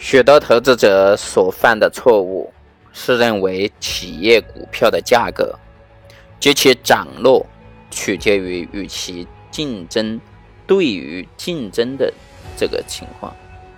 许多投资者所犯的错误是认为企业股票的价格及其涨落取决于与其竞争对于竞争的这个情况。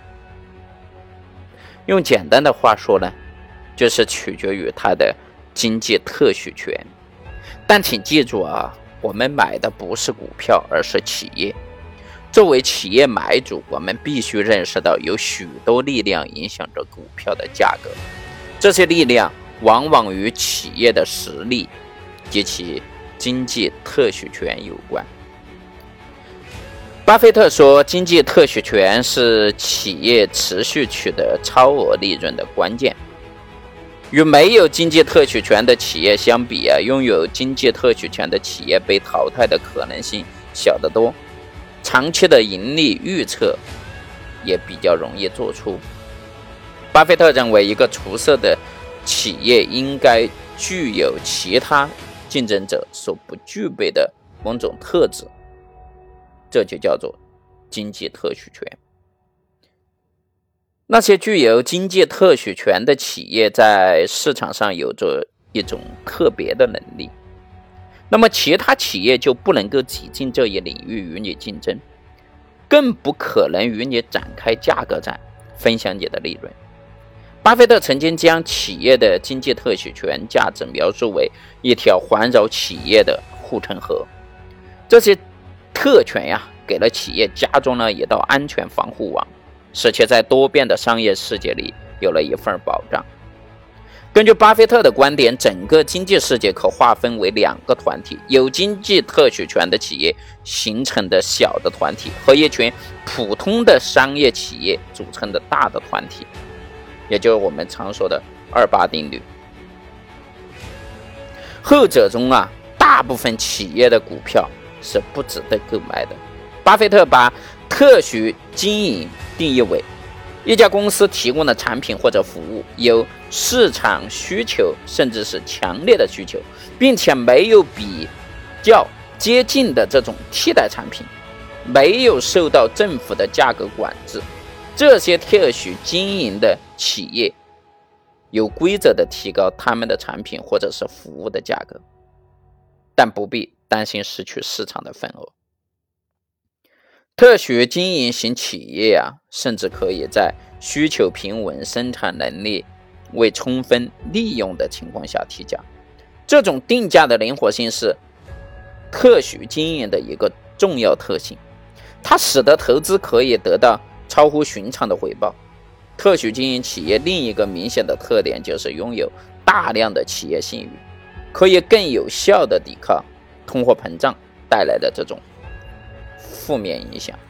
用简单的话说呢，就是取决于它的经济特许权。但请记住啊，我们买的不是股票，而是企业。作为企业买主，我们必须认识到有许多力量影响着股票的价格，这些力量往往与企业的实力及其经济特许权有关。巴菲特说，经济特许权是企业持续取得超额利润的关键。与没有经济特许权的企业相比啊，拥有经济特许权的企业被淘汰的可能性小得多，长期的盈利预测也比较容易做出。巴菲特认为，一个出色的企业应该具有其他竞争者所不具备的某种特质，这就叫做经济特许权。那些具有经济特许权的企业在市场上有着一种特别的能力，那么其他企业就不能够挤进这一领域与你竞争，更不可能与你展开价格战，分享你的利润。巴菲特曾经将企业的经济特许权价值描述为一条环绕企业的护城河，这些特权给了企业加装了一道安全防护网，使其在多变的商业世界里有了一份保障。根据巴菲特的观点，整个经济世界可划分为两个团体，有经济特许权的企业形成的小的团体和一群普通的商业企业组成的大的团体，也就是我们常说的28定律。后者中大部分企业的股票是不值得购买的。巴菲特把特许经营定义为一家公司提供的产品或者服务有市场需求，甚至是强烈的需求，并且没有比较接近的这种替代产品，没有受到政府的价格管制。这些特许经营的企业有规则的提高他们的产品或者是服务的价格，但不必担心失去市场的份额。特许经营型企业甚至可以在需求平稳、生产能力未充分利用的情况下提价。这种定价的灵活性是特许经营的一个重要特性，它使得投资可以得到超乎寻常的回报。特许经营企业另一个明显的特点就是拥有大量的企业信誉，可以更有效地抵抗通货膨胀带来的这种负面影响。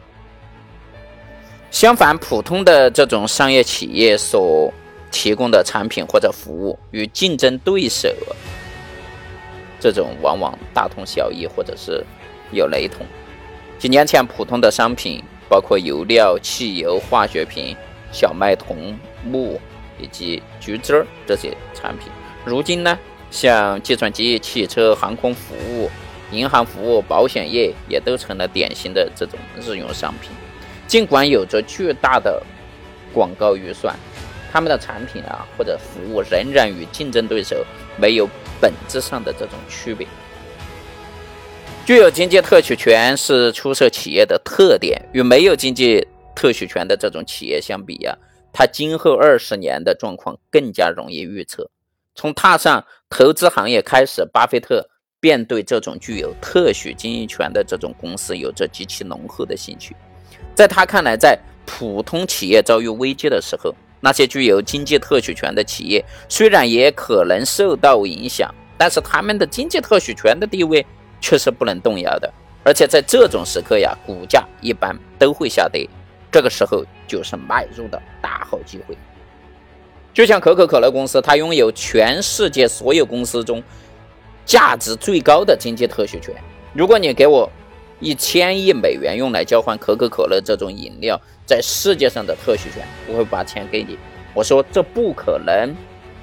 相反，普通的这种商业企业所提供的产品或者服务与竞争对手这种往往大同小异，或者是有雷同。几年前，普通的商品包括油料、汽油、化学品、小麦桐、木以及橘汁这些产品，如今呢，像计算机、汽车、航空服务、银行服务、保险业也都成了典型的这种日用商品。尽管有着巨大的广告预算，他们的产品或者服务仍然与竞争对手没有本质上的这种区别。具有经济特许权是出售企业的特点，与没有经济特许权的这种企业相比它今后20年的状况更加容易预测。从踏上投资行业开始，巴菲特便对这种具有特许经营权的这种公司有着极其浓厚的兴趣。在他看来，在普通企业遭遇危机的时候，那些具有经济特许权的企业虽然也可能受到影响，但是他们的经济特许权的地位却是不能动摇的。而且在这种时刻股价一般都会下跌，这个时候就是买入的大好机会。就像可口可乐公司，它拥有全世界所有公司中价值最高的经济特许权。如果你给我1000亿美元用来交换可口可乐这种饮料在世界上的特许权，我会把钱给你。我说这不可能。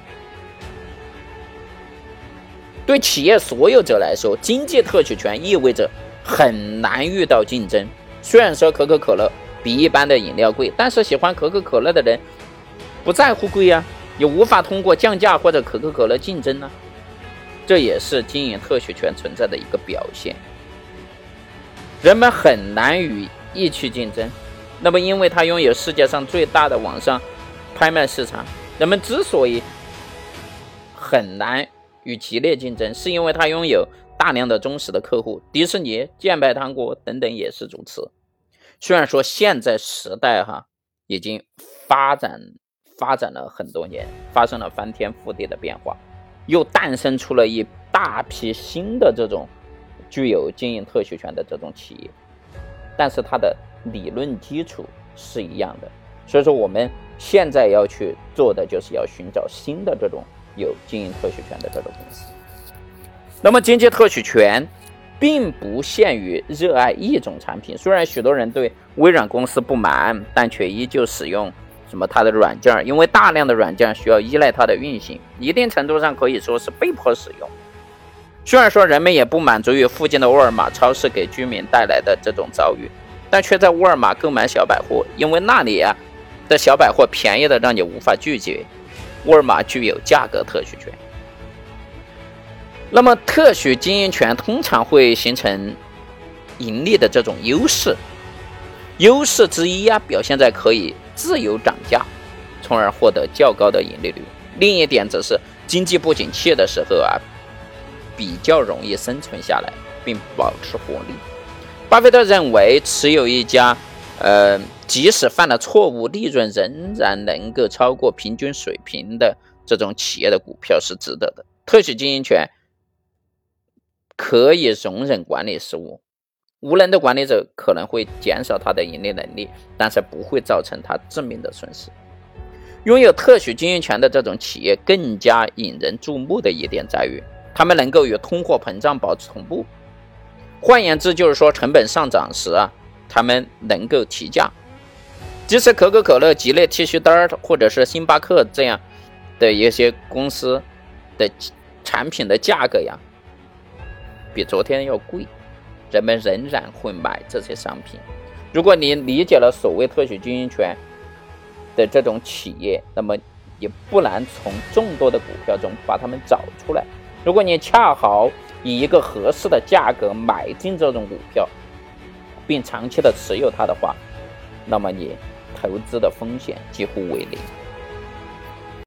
对企业所有者来说，经济特许权意味着很难遇到竞争。虽然说可口可乐比一般的饮料贵，但是喜欢可口可乐的人不在乎贵啊，也无法通过降价或者可口可乐竞争啊，这也是经营特许权存在的一个表现。人们很难与易去竞争，那么因为它拥有世界上最大的网上拍卖市场，人们之所以很难与激烈竞争，是因为它拥有大量的忠实的客户，迪士尼、健牌糖果等等也是如此。虽然说现在时代已经发展了很多年，发生了翻天覆地的变化，又诞生出了一大批新的这种具有经营特许权的这种企业，但是它的理论基础是一样的。所以说我们现在要去做的就是要寻找新的这种有经营特许权的这种公司。那么经济特许权并不限于热爱一种产品，虽然许多人对微软公司不满，但却依旧使用它的软件，因为大量的软件需要依赖它的运行，一定程度上可以说是被迫使用。虽然说人们也不满足于附近的沃尔玛超市给居民带来的这种遭遇，但却在沃尔玛购买小百货，因为那里的小百货便宜的让你无法拒绝。沃尔玛具有价格特许权。那么特许经营权通常会形成盈利的这种优势，优势之一表现在可以自由涨价，从而获得较高的盈利率。另一点则是经济不景气的时候比较容易生存下来并保持活力。巴菲特认为持有一家即使犯了错误，利润仍然能够超过平均水平的这种企业的股票是值得的。特许经营权可以容忍管理失误，无能的管理者可能会减少他的盈利能力，但是不会造成他致命的损失。拥有特许经营权的这种企业更加引人注目的一点在于，他们能够与通货膨胀保持同步。换言之，就是说成本上涨时他们能够提价。即使可口可乐、吉列剃须刀或者是星巴克这样的一些公司的产品的价格比昨天要贵，人们仍然会买这些商品。如果你理解了所谓特许经营权的这种企业，那么也不难从众多的股票中把它们找出来。如果你恰好以一个合适的价格买进这种股票，并长期的持有它的话，那么你投资的风险几乎为零。